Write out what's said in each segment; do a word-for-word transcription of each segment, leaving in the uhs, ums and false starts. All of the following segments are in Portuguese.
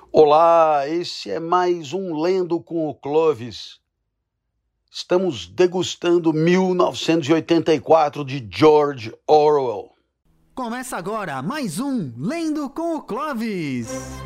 Olá, esse é mais um Lendo com o Clovis. Estamos degustando mil novecentos e oitenta e quatro de George Orwell. Começa agora mais um Lendo com o Clovis.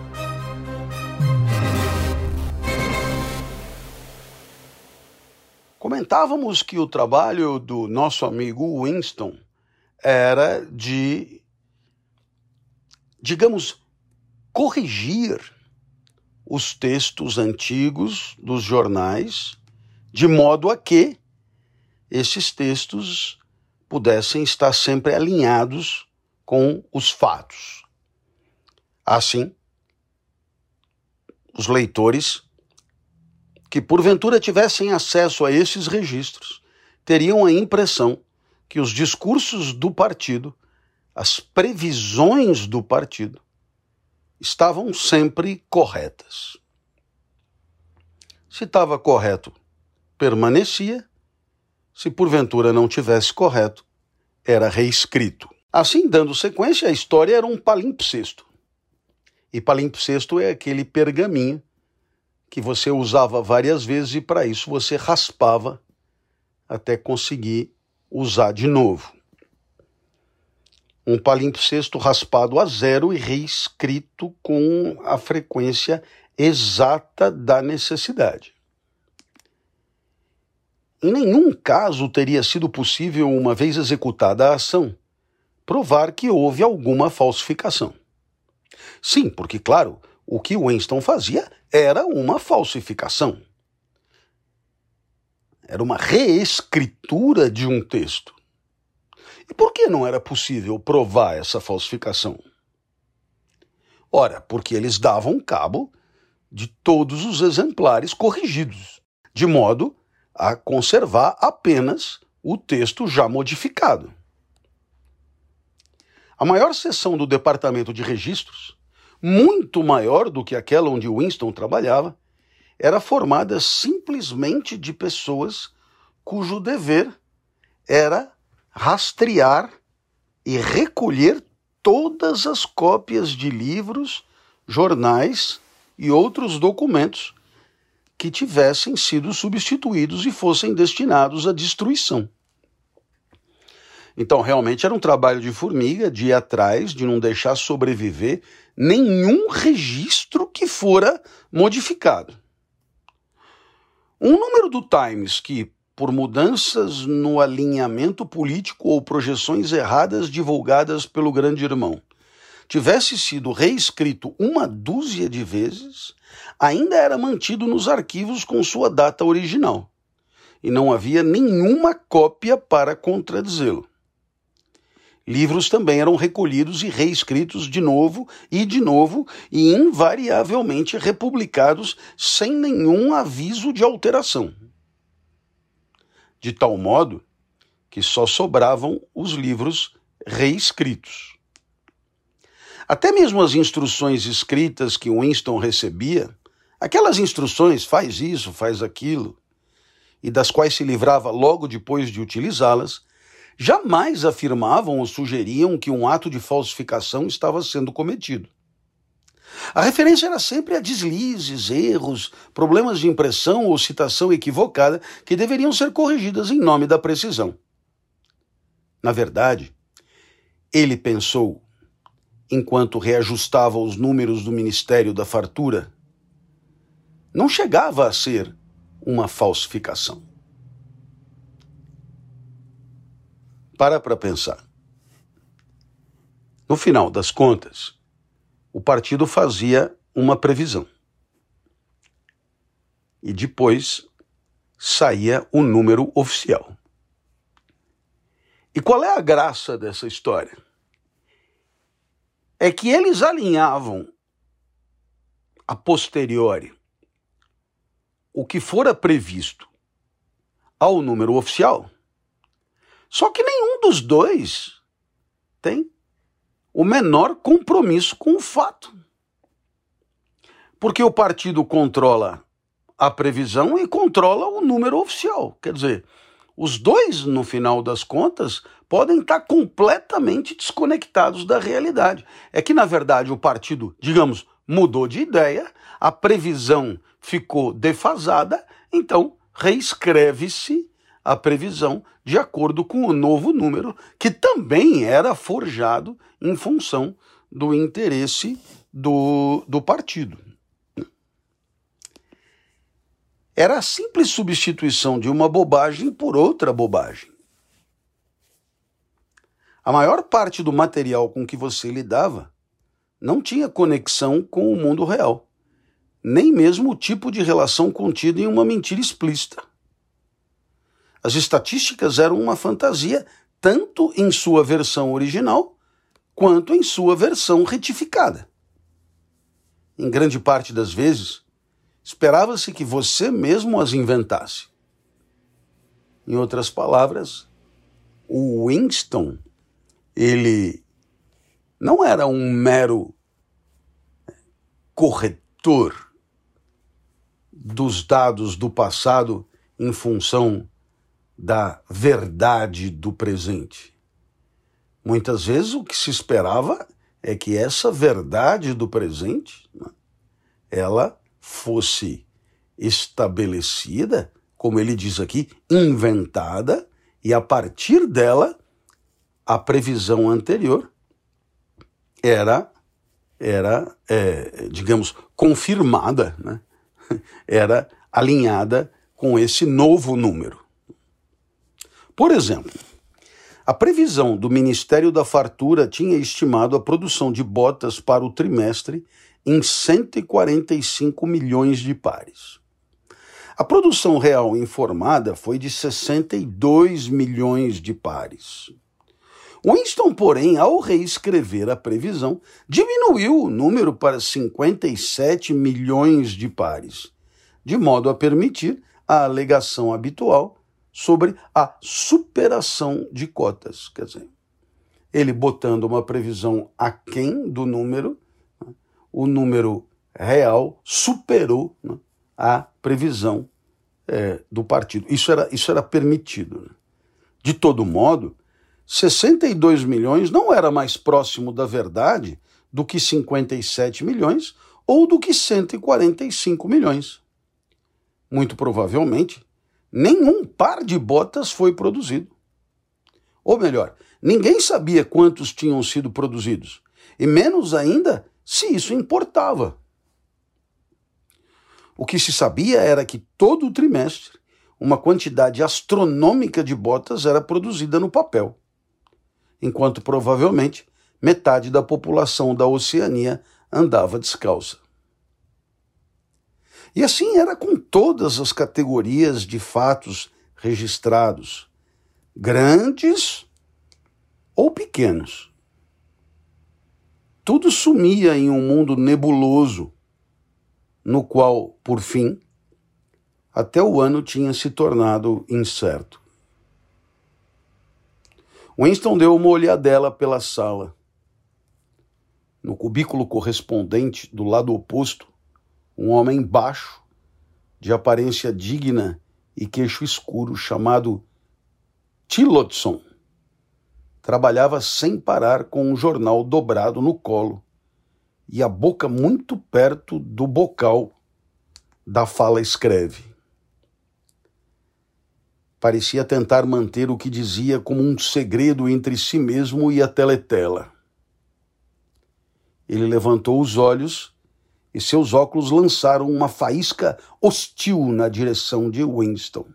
Comentávamos que o trabalho do nosso amigo Winston era de, digamos, corrigir os textos antigos dos jornais, de modo a que esses textos pudessem estar sempre alinhados com os fatos. Assim, os leitores que porventura tivessem acesso a esses registros teriam a impressão que os discursos do partido, as previsões do partido, estavam sempre corretas. Se estava correto, permanecia. Se porventura não tivesse correto, era reescrito. Assim, dando sequência, a história era um palimpsesto. E palimpsesto é aquele pergaminho que você usava várias vezes e para isso você raspava até conseguir usar de novo. Um palimpsesto raspado a zero e reescrito com a frequência exata da necessidade. Em nenhum caso teria sido possível, uma vez executada a ação, provar que houve alguma falsificação. Sim, porque, claro, o que Winston fazia era uma falsificação. Era uma reescritura de um texto. E por que não era possível provar essa falsificação? Ora, porque eles davam cabo de todos os exemplares corrigidos, de modo a conservar apenas o texto já modificado. A maior seção do Departamento de Registros, muito maior do que aquela onde Winston trabalhava, era formada simplesmente de pessoas cujo dever era rastrear e recolher todas as cópias de livros, jornais e outros documentos que tivessem sido substituídos e fossem destinados à destruição. Então, realmente era um trabalho de formiga, de ir atrás, de não deixar sobreviver nenhum registro que fora modificado. Um número do Times que, por mudanças no alinhamento político ou projeções erradas divulgadas pelo grande irmão, tivesse sido reescrito uma dúzia de vezes, ainda era mantido nos arquivos com sua data original, e não havia nenhuma cópia para contradizê-lo. Livros também eram recolhidos e reescritos de novo e de novo e invariavelmente republicados sem nenhum aviso de alteração. De tal modo que só sobravam os livros reescritos. Até mesmo as instruções escritas que Winston recebia, aquelas instruções, faz isso, faz aquilo, e das quais se livrava logo depois de utilizá-las, jamais afirmavam ou sugeriam que um ato de falsificação estava sendo cometido. A referência era sempre a deslizes, erros, problemas de impressão ou citação equivocada que deveriam ser corrigidas em nome da precisão. Na verdade, ele pensou, enquanto reajustava os números do Ministério da Fartura, não chegava a ser uma falsificação. Para para pensar. No final das contas, o partido fazia uma previsão. E depois saía o número oficial. E qual é a graça dessa história? É que eles alinhavam a posteriori o que fora previsto ao número oficial, só que nenhum dos dois tem o menor compromisso com o fato. Porque o partido controla a previsão e controla o número oficial. Quer dizer, os dois, no final das contas, podem estar completamente desconectados da realidade. É que, na verdade, o partido, digamos, mudou de ideia, a previsão ficou defasada, então reescreve-se a previsão de acordo com o novo número, que também era forjado em função do interesse do, do partido. Era a simples substituição de uma bobagem por outra bobagem. A maior parte do material com que você lidava não tinha conexão com o mundo real, nem mesmo o tipo de relação contida em uma mentira explícita. As estatísticas eram uma fantasia, tanto em sua versão original, quanto em sua versão retificada. Em grande parte das vezes, esperava-se que você mesmo as inventasse. Em outras palavras, o Winston, ele não era um mero corretor dos dados do passado em função da verdade do presente. Muitas vezes o que se esperava é que essa verdade do presente, né, ela fosse estabelecida, como ele diz aqui, inventada, e a partir dela, a previsão anterior era, era é, digamos, confirmada, né? Era alinhada com esse novo número. Por exemplo, a previsão do Ministério da Fartura tinha estimado a produção de botas para o trimestre em cento e quarenta e cinco milhões de pares. A produção real informada foi de sessenta e dois milhões de pares. Winston, porém, ao reescrever a previsão, diminuiu o número para cinquenta e sete milhões de pares, de modo a permitir a alegação habitual sobre a superação de cotas. Quer dizer, ele botando uma previsão aquém do número, né, o número real superou, né, a previsão é, do partido. Isso era, isso era permitido. Né? De todo modo, sessenta e dois milhões não era mais próximo da verdade do que cinquenta e sete milhões ou do que cento e quarenta e cinco milhões. Muito provavelmente, nenhum par de botas foi produzido. Ou melhor, ninguém sabia quantos tinham sido produzidos, e menos ainda se isso importava. O que se sabia era que todo o trimestre uma quantidade astronômica de botas era produzida no papel, enquanto provavelmente metade da população da Oceania andava descalça. E assim era com todas as categorias de fatos registrados, grandes ou pequenos. Tudo sumia em um mundo nebuloso, no qual, por fim, até o ano tinha se tornado incerto. Winston deu uma olhadela pela sala. No cubículo correspondente, do lado oposto, um homem baixo, de aparência digna e queixo escuro, chamado Tillotson, trabalhava sem parar com um jornal dobrado no colo e a boca muito perto do bocal da fala escreve. Parecia tentar manter o que dizia como um segredo entre si mesmo e a teletela. Ele levantou os olhos e seus óculos lançaram uma faísca hostil na direção de Winston.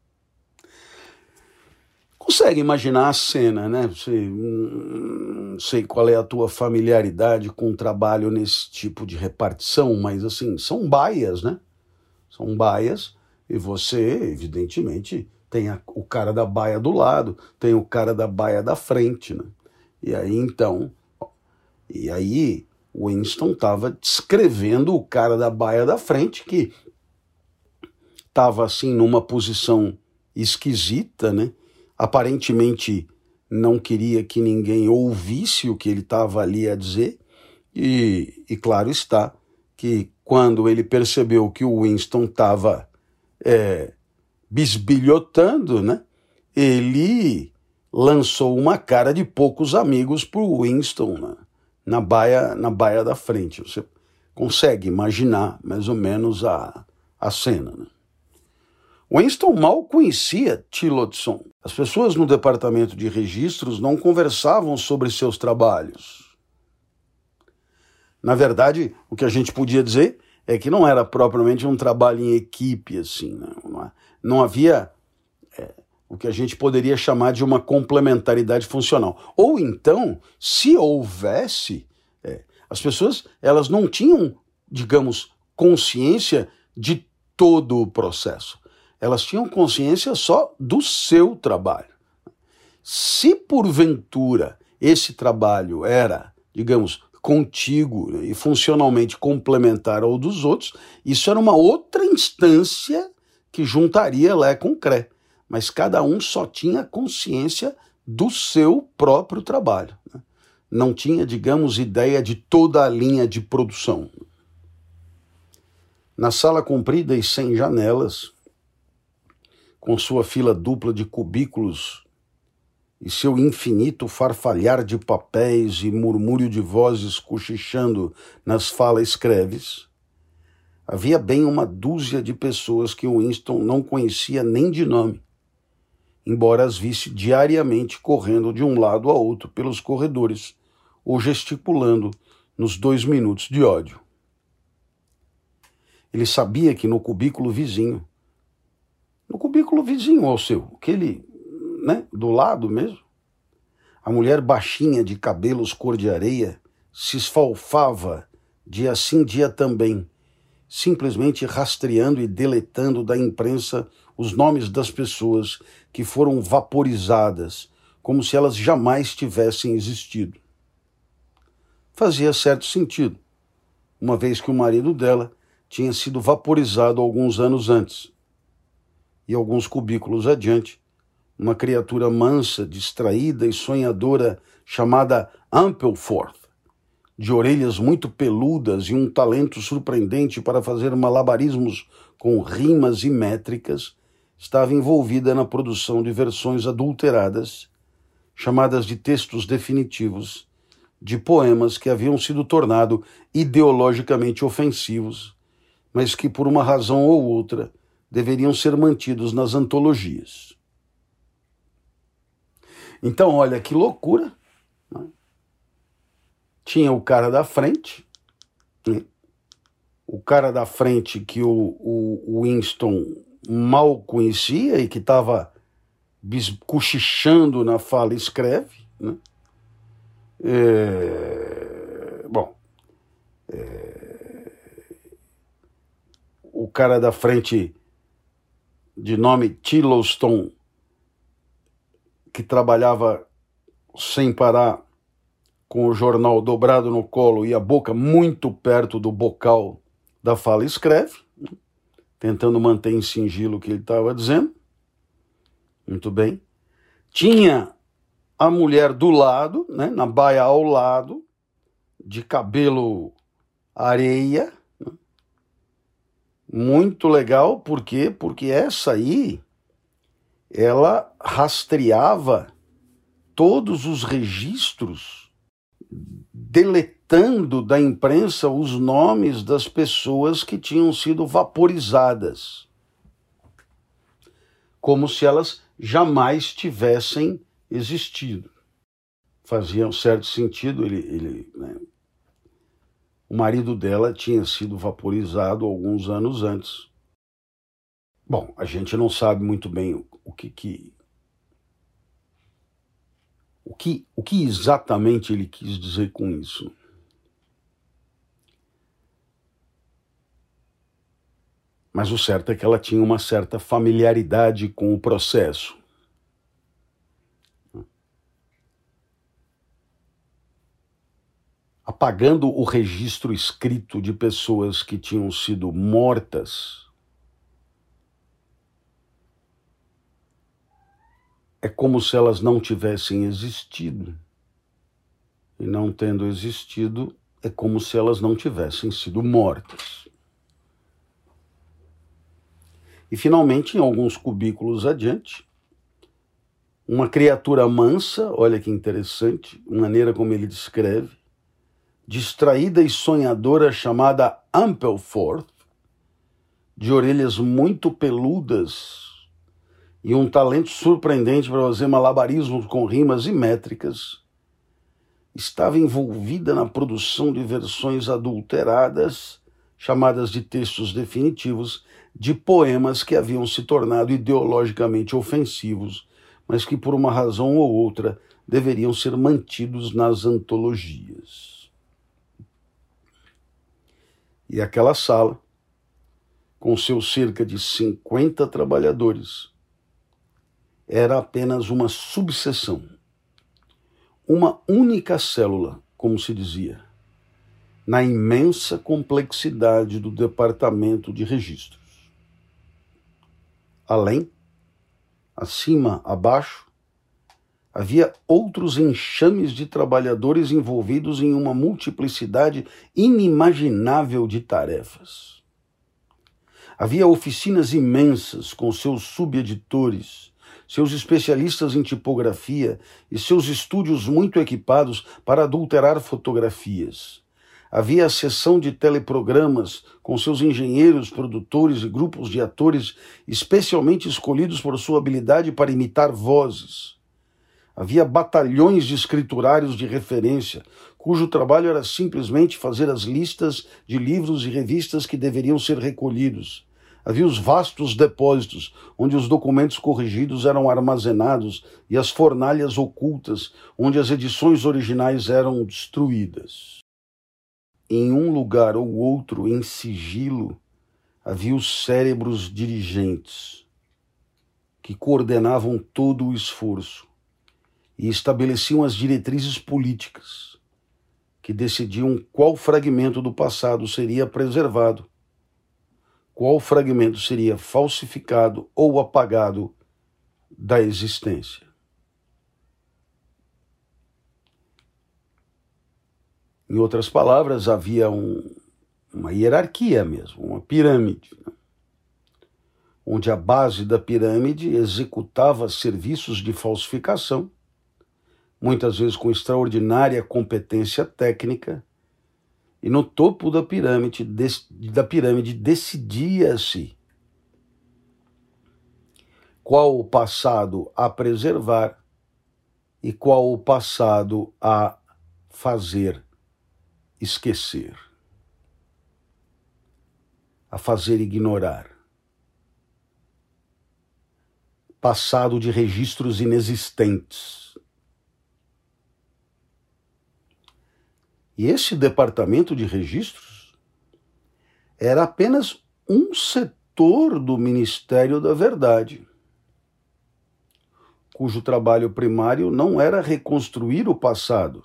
Consegue imaginar a cena, né? Você, não sei qual é a tua familiaridade com o trabalho nesse tipo de repartição, mas assim, são baias, né? São baias e você, evidentemente, tem a, o cara da baia do lado, tem o cara da baia da frente, né? E aí, então, e aí Winston estava descrevendo o cara da baia da frente, que estava assim numa posição esquisita, né? Aparentemente não queria que ninguém ouvisse o que ele estava ali a dizer, e, e claro está que quando ele percebeu que o Winston estava é, bisbilhotando, né? Ele lançou uma cara de poucos amigos para o Winston, né? Na baia, na baia da frente. Você consegue imaginar mais ou menos a, a cena, né? Winston mal conhecia Tillotson. As pessoas no departamento de registros não conversavam sobre seus trabalhos. Na verdade, o que a gente podia dizer é que não era propriamente um trabalho em equipe, assim, né? Não, não havia é, o que a gente poderia chamar de uma complementaridade funcional. Ou então, se houvesse, é, as pessoas elas não tinham, digamos, consciência de todo o processo. Elas tinham consciência só do seu trabalho. Se porventura esse trabalho era, digamos, contíguo e funcionalmente complementar ao dos outros, isso era uma outra instância que juntaria Lé com Cré. Mas cada um só tinha consciência do seu próprio trabalho. Não tinha, digamos, ideia de toda a linha de produção. Na sala comprida e sem janelas, com sua fila dupla de cubículos e seu infinito farfalhar de papéis e murmúrio de vozes cochichando nas fala-escreves, havia bem uma dúzia de pessoas que Winston não conhecia nem de nome, embora as visse diariamente correndo de um lado a outro pelos corredores ou gesticulando nos dois minutos de ódio. Ele sabia que no cubículo vizinho, no cubículo vizinho ao seu, aquele, né, do lado mesmo, a mulher baixinha de cabelos cor de areia se esfalfava dia sim dia também, simplesmente rastreando e deletando da imprensa os nomes das pessoas que foram vaporizadas, como se elas jamais tivessem existido. Fazia certo sentido, uma vez que o marido dela tinha sido vaporizado alguns anos antes. E alguns cubículos adiante, uma criatura mansa, distraída e sonhadora chamada Ampleforth, de orelhas muito peludas e um talento surpreendente para fazer malabarismos com rimas e métricas, estava envolvida na produção de versões adulteradas, chamadas de textos definitivos, de poemas que haviam sido tornados ideologicamente ofensivos, mas que por uma razão ou outra deveriam ser mantidos nas antologias. Então, olha que loucura, né? Tinha o cara da frente, né? O cara da frente que o, o Winston mal conhecia e que estava cochichando na fala escreve, né? É, bom, é, o cara da frente de nome Tillotson, que trabalhava sem parar com o jornal dobrado no colo e a boca muito perto do bocal da fala escreve, tentando manter em sigilo o que ele estava dizendo. Muito bem. Tinha a mulher do lado, né, na baia ao lado, de cabelo areia. Muito legal, por quê? Porque essa aí, ela rastreava todos os registros, deletando da imprensa os nomes das pessoas que tinham sido vaporizadas, como se elas jamais tivessem existido. Fazia um certo sentido, ele, ele, né? O marido dela tinha sido vaporizado alguns anos antes. Bom, a gente não sabe muito bem o, o que que o que o que exatamente ele quis dizer com isso. Mas o certo é que ela tinha uma certa familiaridade com o processo. Apagando o registro escrito de pessoas que tinham sido mortas, é como se elas não tivessem existido. E não tendo existido, é como se elas não tivessem sido mortas. E finalmente, em alguns cubículos adiante, uma criatura mansa, olha que interessante, a maneira como ele descreve, distraída e sonhadora chamada Ampleforth, de orelhas muito peludas e um talento surpreendente para fazer malabarismos com rimas e métricas, estava envolvida na produção de versões adulteradas, chamadas de textos definitivos, de poemas que haviam se tornado ideologicamente ofensivos, mas que por uma razão ou outra deveriam ser mantidos nas antologias. E aquela sala, com seus cerca de cinquenta trabalhadores, era apenas uma subseção, uma única célula, como se dizia, na imensa complexidade do departamento de registros. Além, acima, abaixo, havia outros enxames de trabalhadores envolvidos em uma multiplicidade inimaginável de tarefas. Havia oficinas imensas com seus subeditores, seus especialistas em tipografia e seus estúdios muito equipados para adulterar fotografias. Havia a seção de teleprogramas com seus engenheiros, produtores e grupos de atores especialmente escolhidos por sua habilidade para imitar vozes. Havia batalhões de escriturários de referência, cujo trabalho era simplesmente fazer as listas de livros e revistas que deveriam ser recolhidos. Havia os vastos depósitos, onde os documentos corrigidos eram armazenados, e as fornalhas ocultas, onde as edições originais eram destruídas. Em um lugar ou outro, em sigilo, havia os cérebros dirigentes, que coordenavam todo o esforço e estabeleciam as diretrizes políticas, que decidiam qual fragmento do passado seria preservado, qual fragmento seria falsificado ou apagado da existência. Em outras palavras, havia um, uma hierarquia mesmo, uma pirâmide, né? Onde a base da pirâmide executava serviços de falsificação, muitas vezes com extraordinária competência técnica, e no topo da pirâmide, da pirâmide decidia-se qual o passado a preservar e qual o passado a fazer esquecer, a fazer ignorar. Passado de registros inexistentes. E esse departamento de registros era apenas um setor do Ministério da Verdade, cujo trabalho primário não era reconstruir o passado,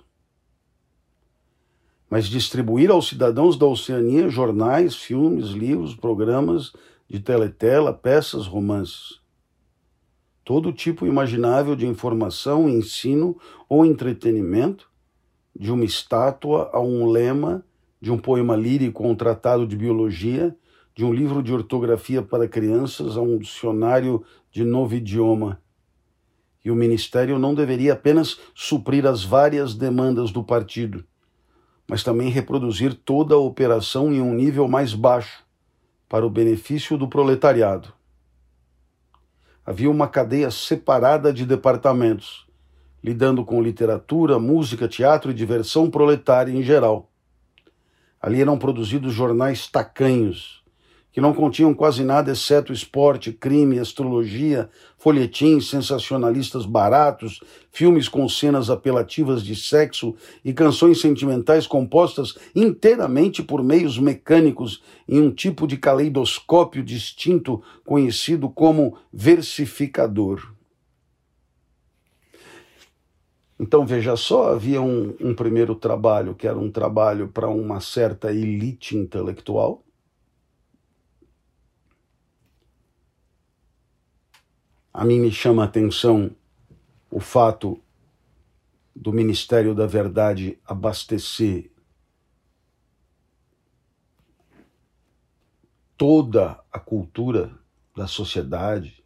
mas distribuir aos cidadãos da Oceania jornais, filmes, livros, programas de teletela, peças, romances. Todo tipo imaginável de informação, ensino ou entretenimento, de uma estátua a um lema, de um poema lírico a um tratado de biologia, de um livro de ortografia para crianças a um dicionário de novo idioma. E o Ministério não deveria apenas suprir as várias demandas do partido, mas também reproduzir toda a operação em um nível mais baixo, para o benefício do proletariado. Havia uma cadeia separada de departamentos, lidando com literatura, música, teatro e diversão proletária em geral. Ali eram produzidos jornais tacanhos, que não continham quase nada exceto esporte, crime, astrologia, folhetins sensacionalistas baratos, filmes com cenas apelativas de sexo e canções sentimentais compostas inteiramente por meios mecânicos em um tipo de caleidoscópio distinto conhecido como versificador. Então, veja só, havia um, um primeiro trabalho, que era um trabalho para uma certa elite intelectual. A mim me chama a atenção o fato do Ministério da Verdade abastecer toda a cultura da sociedade,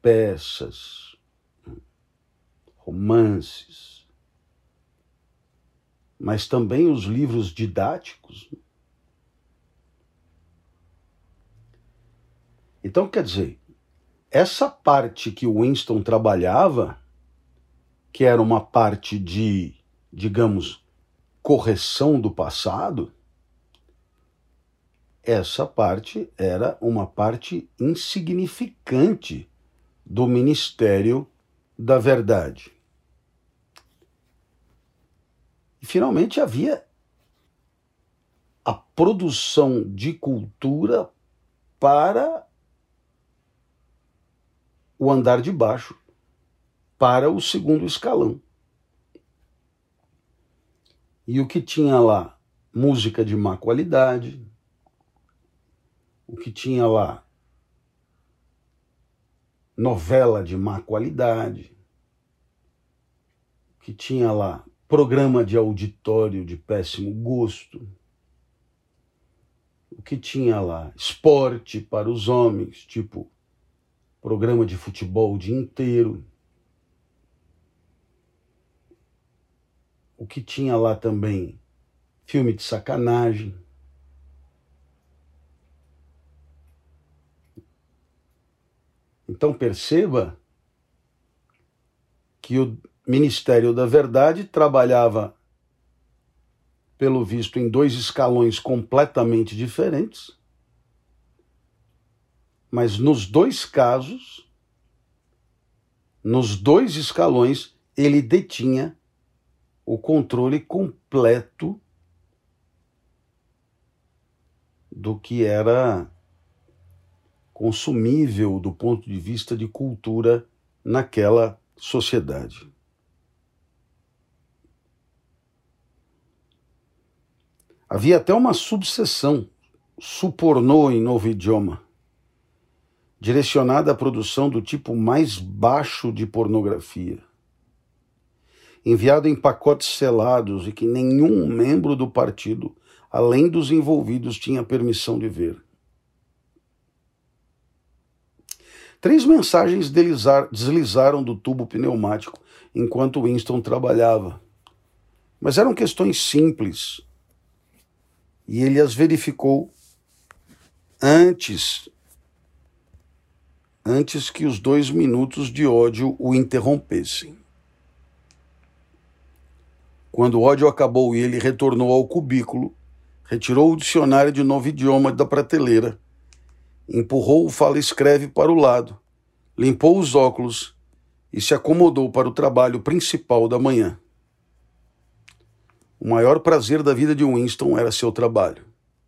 peças, romances, mas também os livros didáticos. Então, quer dizer, essa parte que o Winston trabalhava, que era uma parte de, digamos, correção do passado, essa parte era uma parte insignificante do Ministério da Verdade. E, finalmente, havia a produção de cultura para o andar de baixo, para o segundo escalão. E o que tinha lá? Música de má qualidade, o que tinha lá? Novela de má qualidade, o que tinha lá? Programa de auditório de péssimo gosto, o que tinha lá? Esporte para os homens, tipo programa de futebol o dia inteiro. O que tinha lá também? Filme de sacanagem. Então perceba que o Ministério da Verdade trabalhava, pelo visto, em dois escalões completamente diferentes, mas nos dois casos, nos dois escalões, ele detinha o controle completo do que era consumível do ponto de vista de cultura naquela sociedade. Havia até uma subseção, supornô em novo idioma, direcionada à produção do tipo mais baixo de pornografia, enviado em pacotes selados e que nenhum membro do partido, além dos envolvidos, tinha permissão de ver. Três mensagens deslizaram do tubo pneumático enquanto Winston trabalhava, mas eram questões simples e ele as verificou antes antes que os dois minutos de ódio o interrompessem. Quando o ódio acabou e ele retornou ao cubículo, retirou o dicionário de novo idioma da prateleira, empurrou o fala-escreve para o lado, limpou os óculos e se acomodou para o trabalho principal da manhã. O maior prazer da vida de Winston era seu trabalho.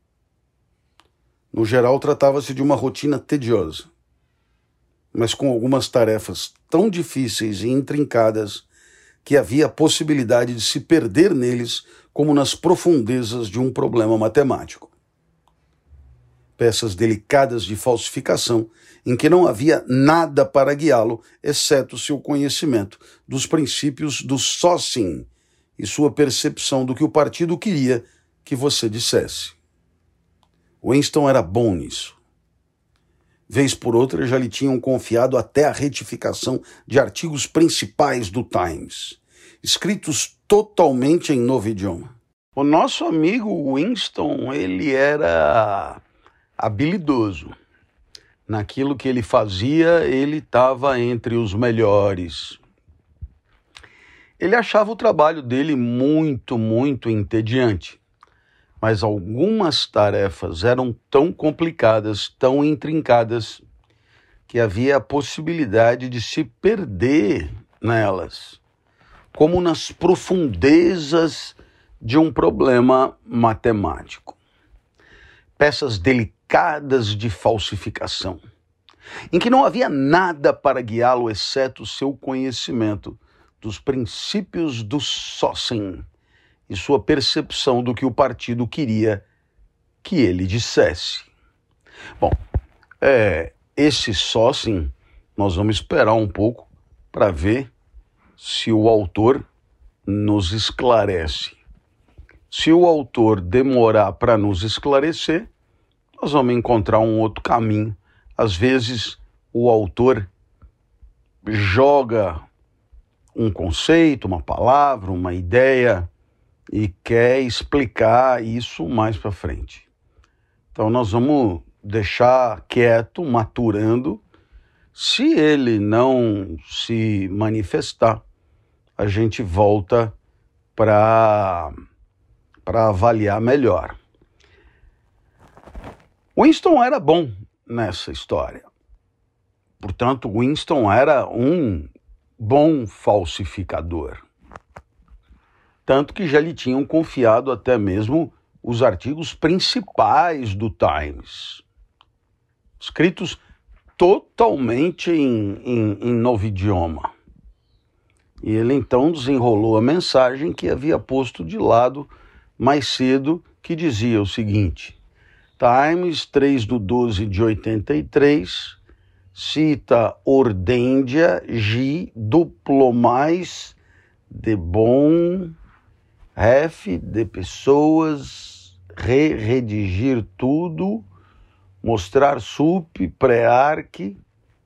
No geral, tratava-se de uma rotina tediosa, mas com algumas tarefas tão difíceis e intrincadas que havia a possibilidade de se perder neles como nas profundezas de um problema matemático. Peças delicadas de falsificação em que não havia nada para guiá-lo, exceto seu conhecimento dos princípios do Saussure e sua percepção do que o partido queria que você dissesse. Winston era bom nisso. Vez por outra já lhe tinham confiado até a retificação de artigos principais do Times, escritos totalmente em novo idioma. O nosso amigo Winston, ele era habilidoso. Naquilo que ele fazia, ele estava entre os melhores. Ele achava o trabalho dele muito, muito entediante. Mas algumas tarefas eram tão complicadas, tão intrincadas, que havia a possibilidade de se perder nelas, como nas profundezas de um problema matemático. Peças delicadas de falsificação, em que não havia nada para guiá-lo exceto o seu conhecimento dos princípios do Saussure e sua percepção do que o partido queria que ele dissesse. Bom, é, esse Saussure, nós vamos esperar um pouco para ver se o autor nos esclarece. Se o autor demorar para nos esclarecer, nós vamos encontrar um outro caminho. Às vezes, o autor joga um conceito, uma palavra, uma ideia e quer explicar isso mais para frente. Então nós vamos deixar quieto, maturando. Se ele não se manifestar, a gente volta para para avaliar melhor. Winston era bom nessa história. Portanto, Winston era um bom falsificador. Tanto que já lhe tinham confiado até mesmo os artigos principais do Times, escritos totalmente em, em, em novo idioma. E ele então desenrolou a mensagem que havia posto de lado mais cedo, que dizia o seguinte: Times, três de doze de oitenta e três, cita ordêndia G diplomais de bom ref de pessoas, re-redigir tudo, mostrar sup, pré-arque.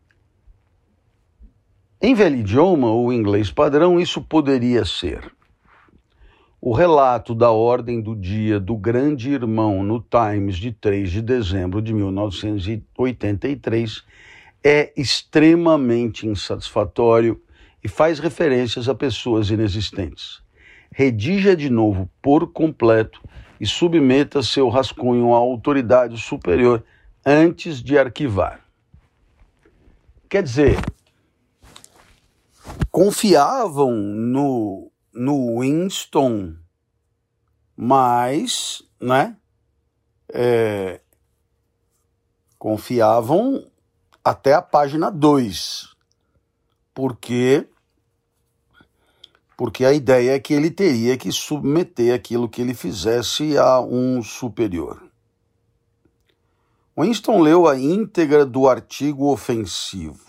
Em velho idioma ou inglês padrão, isso poderia ser: o relato da ordem do dia do grande irmão no Times de três de dezembro de mil novecentos e oitenta e três é extremamente insatisfatório e faz referências a pessoas inexistentes. Redija de novo por completo e submeta seu rascunho à autoridade superior antes de arquivar. Quer dizer, confiavam no, no Winston, mas, né, é, confiavam até a página dois, porque, porque a ideia é que ele teria que submeter aquilo que ele fizesse a um superior. Winston leu a íntegra do artigo ofensivo.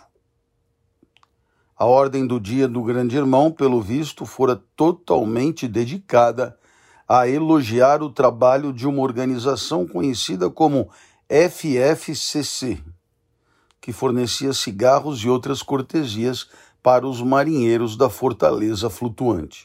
A ordem do dia do grande irmão, pelo visto, fora totalmente dedicada a elogiar o trabalho de uma organização conhecida como F F C C, que fornecia cigarros e outras cortesias para os marinheiros da fortaleza flutuante.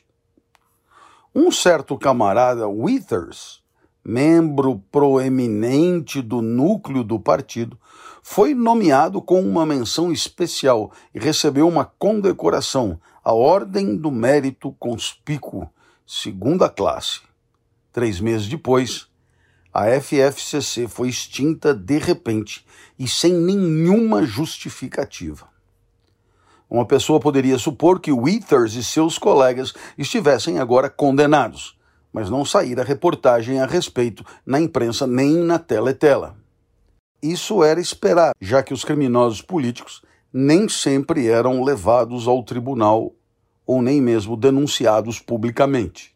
Um certo camarada Withers, membro proeminente do núcleo do partido, foi nomeado com uma menção especial e recebeu uma condecoração, a Ordem do Mérito Conspícuo, segunda classe. Três meses depois, a F F C C foi extinta de repente e sem nenhuma justificativa. Uma pessoa poderia supor que Withers e seus colegas estivessem agora condenados, mas não saíra reportagem a respeito na imprensa nem na teletela. Isso era esperar, já que os criminosos políticos nem sempre eram levados ao tribunal ou nem mesmo denunciados publicamente.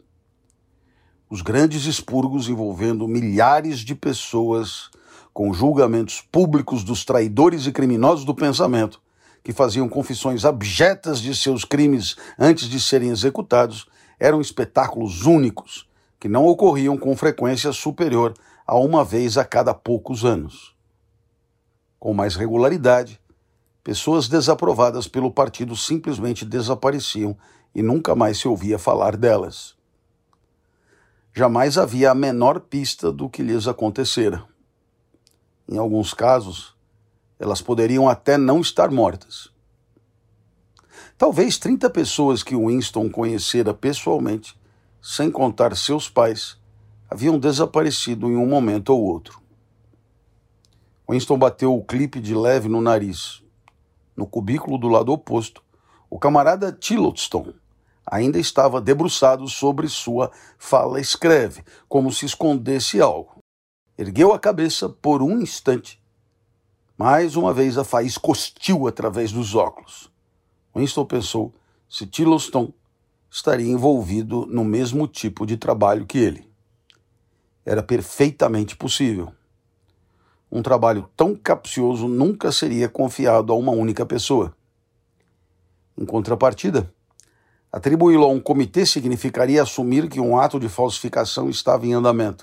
Os grandes expurgos envolvendo milhares de pessoas com julgamentos públicos dos traidores e criminosos do pensamento, que faziam confissões abjetas de seus crimes antes de serem executados, eram espetáculos únicos, que não ocorriam com frequência superior a uma vez a cada poucos anos. Com mais regularidade, pessoas desaprovadas pelo partido simplesmente desapareciam e nunca mais se ouvia falar delas. Jamais havia a menor pista do que lhes acontecera. Em alguns casos, elas poderiam até não estar mortas. Talvez trinta pessoas que Winston conhecera pessoalmente, sem contar seus pais, haviam desaparecido em um momento ou outro. Winston bateu o clipe de leve no nariz. No cubículo do lado oposto, o camarada Tillotson ainda estava debruçado sobre sua fala-escreve, como se escondesse algo. Ergueu a cabeça por um instante. Mais uma vez a faísca hostil através dos óculos. Winston pensou se Tillotson estaria envolvido no mesmo tipo de trabalho que ele. Era perfeitamente possível. Um trabalho tão capcioso nunca seria confiado a uma única pessoa. Em contrapartida, atribuí-lo a um comitê significaria assumir que um ato de falsificação estava em andamento.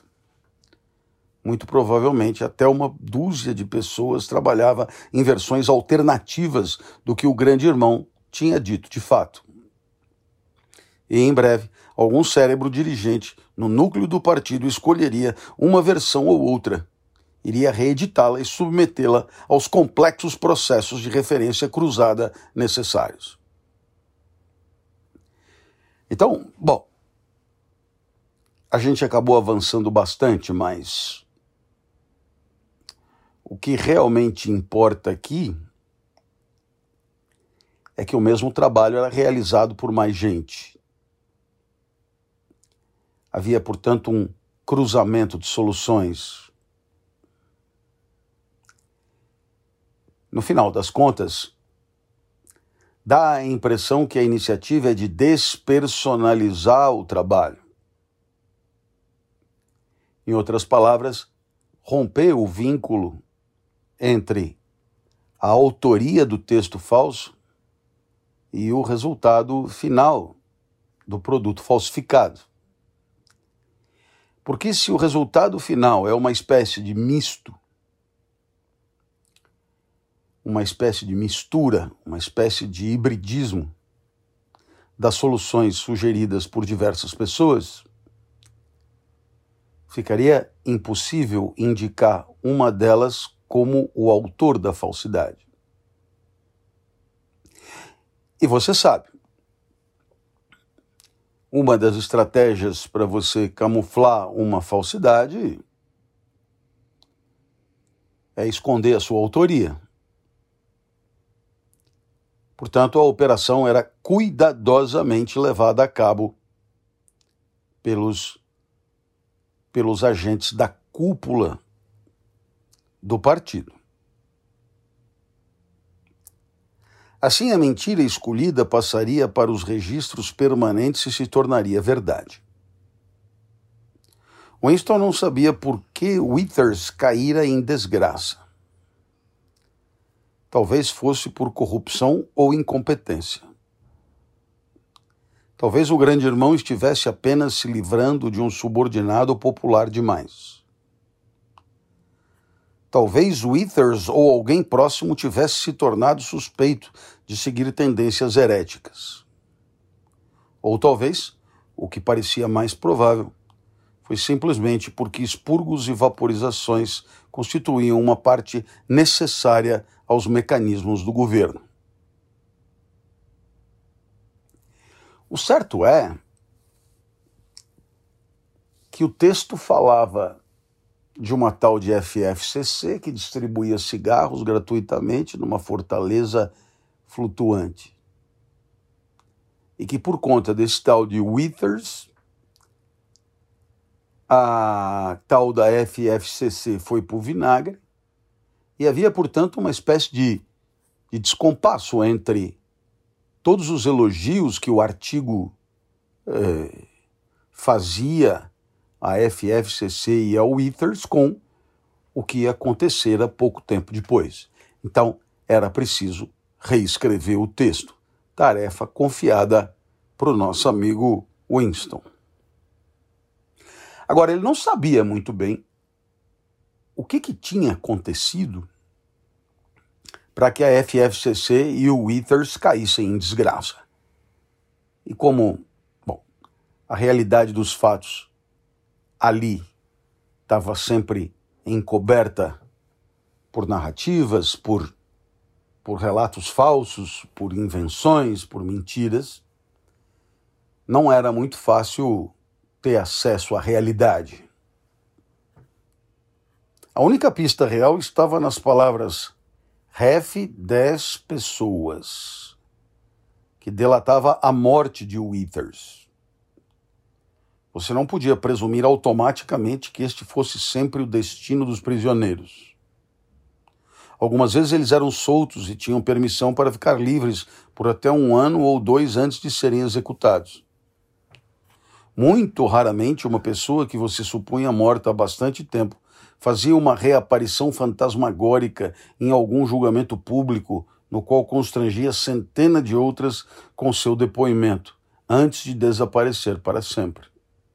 Muito provavelmente, até uma dúzia de pessoas trabalhava em versões alternativas do que o grande irmão tinha dito de fato. E, em breve, algum cérebro dirigente no núcleo do partido escolheria uma versão ou outra, iria reeditá-la e submetê-la aos complexos processos de referência cruzada necessários. Então, bom, a gente acabou avançando bastante, mas o que realmente importa aqui é que o mesmo trabalho era realizado por mais gente. Havia, portanto, um cruzamento de soluções. No final das contas, dá a impressão que a iniciativa é de despersonalizar o trabalho. Em outras palavras, romper o vínculo entre a autoria do texto falso e o resultado final do produto falsificado. Porque se o resultado final é uma espécie de misto, uma espécie de mistura, uma espécie de hibridismo das soluções sugeridas por diversas pessoas, ficaria impossível indicar uma delas como o autor da falsidade. E você sabe, uma das estratégias para você camuflar uma falsidade é esconder a sua autoria. Portanto, a operação era cuidadosamente levada a cabo pelos, pelos agentes da cúpula do partido. Assim, a mentira escolhida passaria para os registros permanentes e se tornaria verdade. Winston não sabia por que Withers caíra em desgraça. Talvez fosse por corrupção ou incompetência. Talvez o grande irmão estivesse apenas se livrando de um subordinado popular demais. Talvez Withers ou alguém próximo tivesse se tornado suspeito de seguir tendências heréticas. Ou talvez, o que parecia mais provável, foi simplesmente porque expurgos e vaporizações constituíam uma parte necessária aos mecanismos do governo. O certo é que o texto falava de uma tal de F F C C que distribuía cigarros gratuitamente numa fortaleza flutuante. E que por conta desse tal de Withers, a tal da F F C C foi pro vinagre e havia, portanto, uma espécie de, de descompasso entre todos os elogios que o artigo eh, fazia a F F C C e ao Withers com o que ia acontecer há pouco tempo depois. Então, era preciso reescrever o texto. Tarefa confiada para o nosso amigo Winston. Agora, ele não sabia muito bem o que, que tinha acontecido para que a F F C C e o Withers caíssem em desgraça. E como, bom, a realidade dos fatos ali estava sempre encoberta por narrativas, por, por relatos falsos, por invenções, por mentiras, não era muito fácil ter acesso à realidade. A única pista real estava nas palavras ref dez pessoas, que delatava a morte de Withers. Você não podia presumir automaticamente que este fosse sempre o destino dos prisioneiros. Algumas vezes eles eram soltos e tinham permissão para ficar livres por até um ano ou dois antes de serem executados. Muito raramente uma pessoa que você supunha morta há bastante tempo fazia uma reaparição fantasmagórica em algum julgamento público no qual constrangia centenas de outras com seu depoimento, antes de desaparecer para sempre.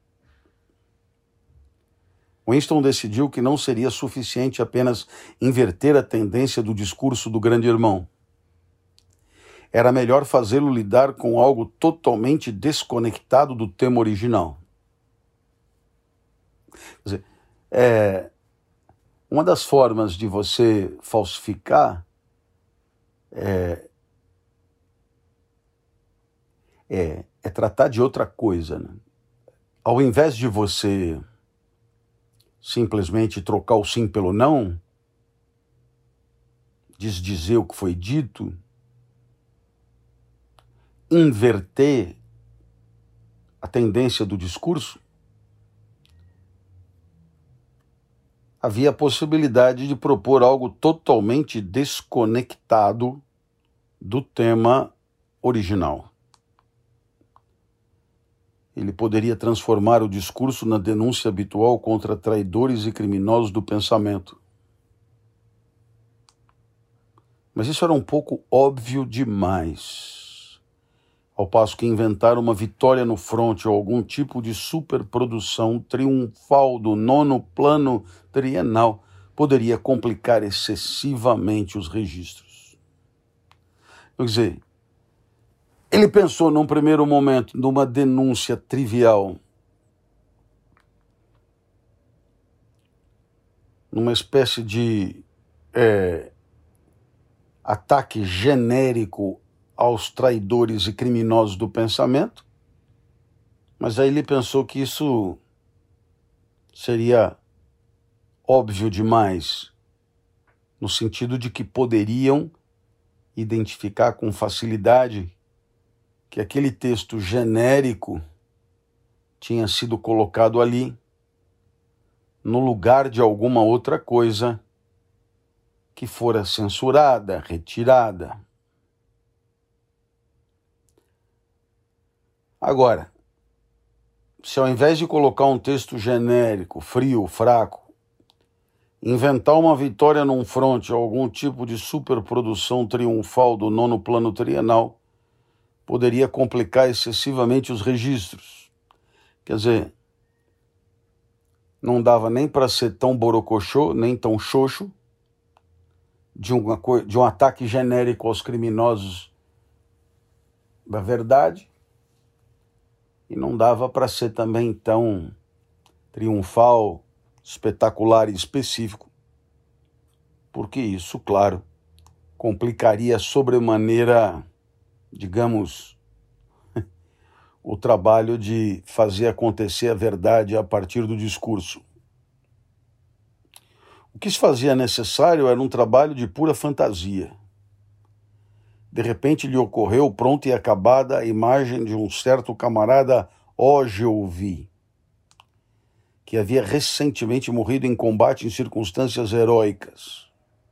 Winston decidiu que não seria suficiente apenas inverter a tendência do discurso do grande irmão. era melhor fazê-lo lidar com algo totalmente desconectado do tema original. Quer dizer, é, uma das formas de você falsificar é, é, é tratar de outra coisa, né? Ao invés de você simplesmente trocar o sim pelo não, desdizer o que foi dito, inverter a tendência do discurso, havia a possibilidade de propor algo totalmente desconectado do tema original. Ele poderia transformar o discurso na denúncia habitual contra traidores e criminosos do pensamento. Mas isso era um pouco óbvio demais. Ao passo que inventar uma vitória no fronte ou algum tipo de superprodução triunfal do nono plano trienal poderia complicar excessivamente os registros. Quer dizer, ele pensou num primeiro momento numa denúncia trivial, numa espécie de é, ataque genérico aos traidores e criminosos do pensamento, mas aí ele pensou que isso seria óbvio demais, no sentido de que poderiam identificar com facilidade que aquele texto genérico tinha sido colocado ali no lugar de alguma outra coisa que fora censurada, retirada. Agora, se ao invés de colocar um texto genérico, frio, fraco, inventar uma vitória num fronte ou algum tipo de superprodução triunfal do nono plano trienal, poderia complicar excessivamente os registros. Quer dizer, não dava nem para ser tão borocochô, nem tão xoxo, de, uma, de um ataque genérico aos criminosos da verdade, e não dava para ser também tão triunfal, espetacular e específico, porque isso, claro, complicaria sobremaneira, digamos, o trabalho de fazer acontecer a verdade a partir do discurso. O que se fazia necessário era um trabalho de pura fantasia. De repente lhe ocorreu pronta e acabada a imagem de um certo camarada Ogilvy, que havia recentemente morrido em combate em circunstâncias heróicas.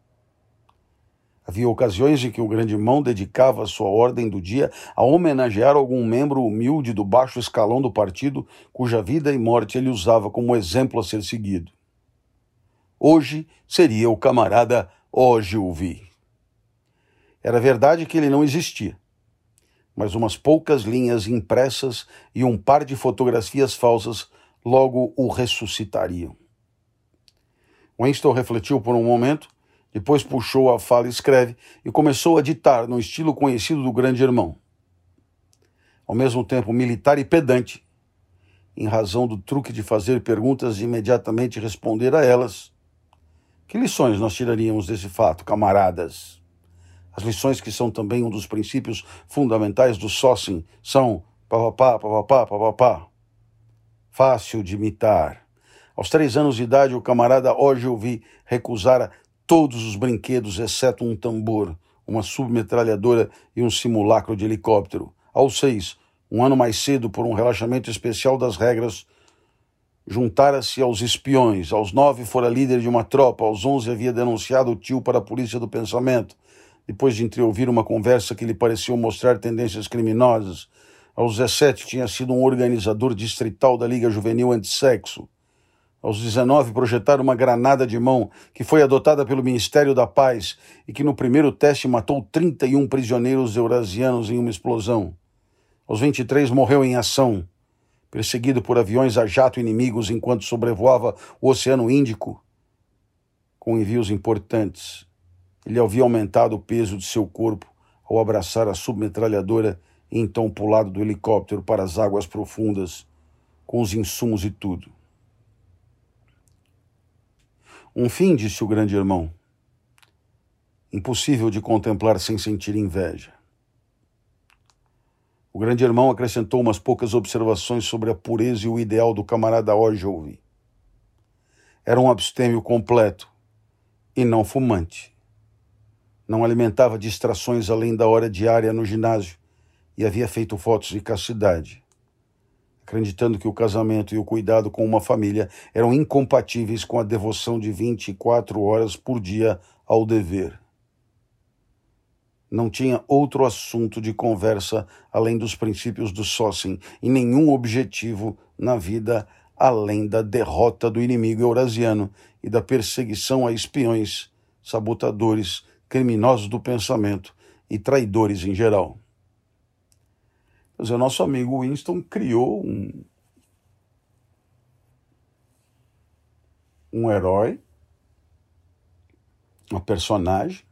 Havia ocasiões em que o grande irmão dedicava sua ordem do dia a homenagear algum membro humilde do baixo escalão do partido, cuja vida e morte ele usava como exemplo a ser seguido. Hoje seria o camarada Ogilvy. Era verdade que ele não existia, mas umas poucas linhas impressas e um par de fotografias falsas logo o ressuscitariam. Winston refletiu por um momento, depois puxou a fala e escreve e começou a ditar no estilo conhecido do grande irmão. Ao mesmo tempo militar e pedante, em razão do truque de fazer perguntas e imediatamente responder a elas. Que lições nós tiraríamos desse fato, camaradas? As lições que são também um dos princípios fundamentais do Sócim são papapá, papapá, papapá. Fácil de imitar. Aos três anos de idade, o camarada Ogilvy recusara todos os brinquedos, exceto um tambor, uma submetralhadora e um simulacro de helicóptero. Aos seis, um ano mais cedo, por um relaxamento especial das regras, juntara-se aos espiões. Aos nove, fora líder de uma tropa. Aos onze, havia denunciado o tio para a polícia do pensamento, depois de entreouvir uma conversa que lhe pareceu mostrar tendências criminosas. Aos dezessete, tinha sido um organizador distrital da Liga Juvenil Antissexo. Aos dezenove, projetaram uma granada de mão que foi adotada pelo Ministério da Paz e que no primeiro teste matou trinta e um prisioneiros eurasianos em uma explosão. Aos vinte e três, morreu em ação, perseguido por aviões a jato inimigos enquanto sobrevoava o Oceano Índico com envios importantes. Ele havia aumentado o peso de seu corpo ao abraçar a submetralhadora e então pulado do helicóptero para as águas profundas, com os insumos e tudo. Um fim, disse o grande irmão, impossível de contemplar sem sentir inveja. O grande irmão acrescentou umas poucas observações sobre a pureza e o ideal do camarada Ogilvy. Era um abstêmio completo e não fumante. Não alimentava distrações além da hora diária no ginásio e havia feito votos de castidade, acreditando que o casamento e o cuidado com uma família eram incompatíveis com a devoção de vinte e quatro horas por dia ao dever. Não tinha outro assunto de conversa além dos princípios do Sócim e nenhum objetivo na vida além da derrota do inimigo eurasiano e da perseguição a espiões, sabotadores, criminosos do pensamento e traidores em geral. Quer dizer, nosso amigo Winston criou um, um herói, uma personagem,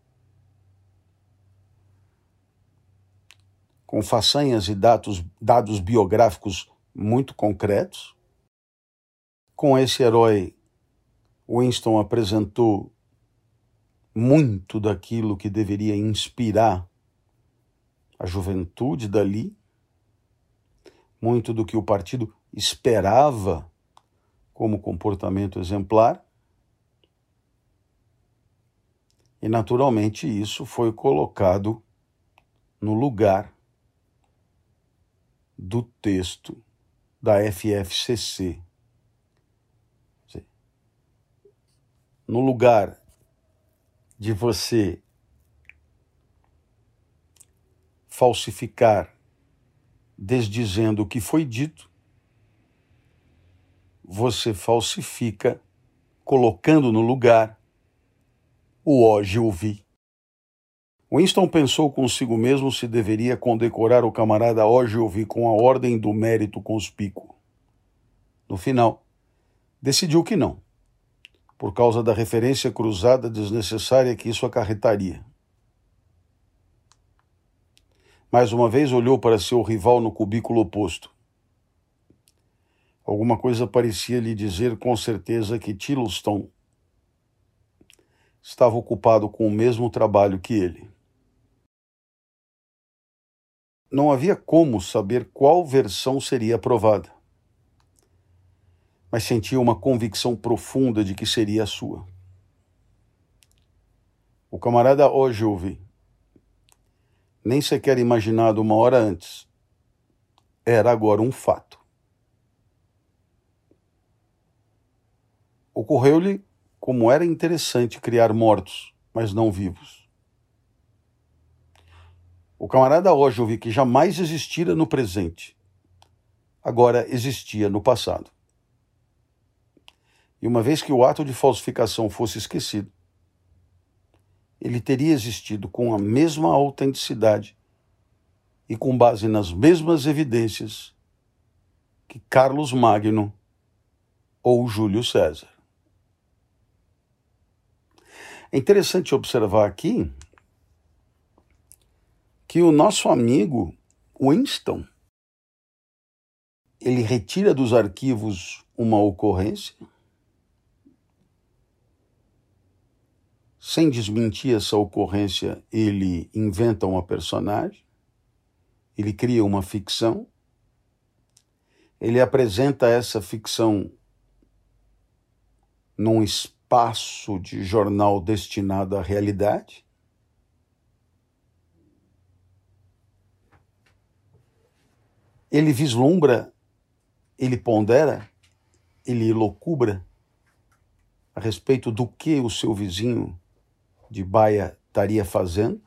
com façanhas e dados, dados biográficos muito concretos. Com esse herói, Winston apresentou muito daquilo que deveria inspirar a juventude dali, muito do que o partido esperava como comportamento exemplar. E, naturalmente, isso foi colocado no lugar do texto da F F C C. No lugar de você falsificar, desdizendo o que foi dito, você falsifica, colocando no lugar o Ogilvy. Winston pensou consigo mesmo se deveria condecorar o camarada Ogilvy com a Ordem do Mérito Conspícuo. No final, decidiu que não, por causa da referência cruzada desnecessária que isso acarretaria. Mais uma vez olhou para seu rival no cubículo oposto. Alguma coisa parecia lhe dizer com certeza que Tillotson estava ocupado com o mesmo trabalho que ele. Não havia como saber qual versão seria aprovada, mas sentia uma convicção profunda de que seria a sua. O camarada Ogilvy, nem sequer imaginado uma hora antes, era agora um fato. Ocorreu-lhe como era interessante criar mortos, mas não vivos. O camarada Ogilvy, que jamais existira no presente, agora existia no passado. E uma vez que o ato de falsificação fosse esquecido, ele teria existido com a mesma autenticidade e com base nas mesmas evidências que Carlos Magno ou Júlio César. É interessante observar aqui que o nosso amigo Winston, ele retira dos arquivos uma ocorrência, sem desmentir essa ocorrência, ele inventa uma personagem, ele cria uma ficção, ele apresenta essa ficção num espaço de jornal destinado à realidade, ele vislumbra, ele pondera, ele elocubra a respeito do que o seu vizinho de baia estaria fazendo.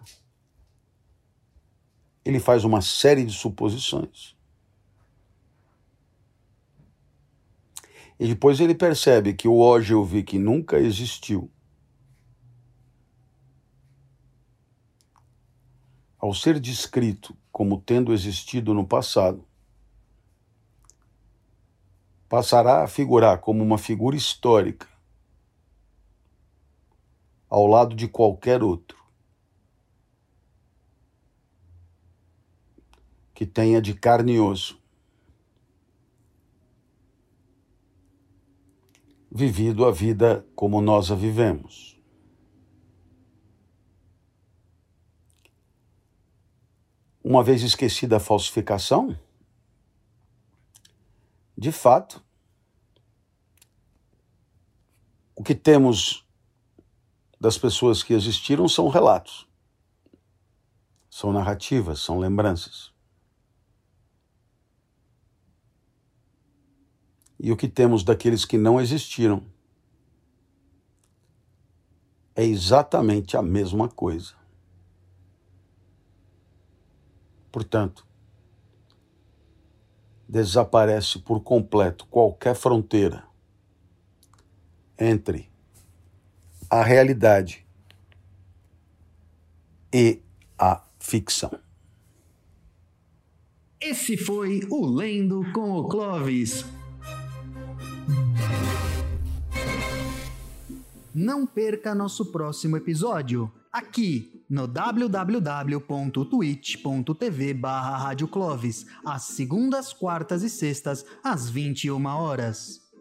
Ele faz uma série de suposições. E depois ele percebe que o Ogilvy, que nunca existiu, ao ser descrito como tendo existido no passado, passará a figurar como uma figura histórica ao lado de qualquer outro. que tenha de carne e osso vivido a vida como nós a vivemos. Uma vez esquecida a falsificação, de fato, o que temos das pessoas que existiram são relatos, são narrativas, são lembranças. E o que temos daqueles que não existiram é exatamente a mesma coisa. Portanto, desaparece por completo qualquer fronteira entre a realidade e a ficção. Esse foi o Lendo com o Clóvis. Não perca nosso próximo episódio, aqui no w w w ponto twitch ponto t v barra Rádio Clóvis, às segundas, quartas e sextas, às vinte e uma horas.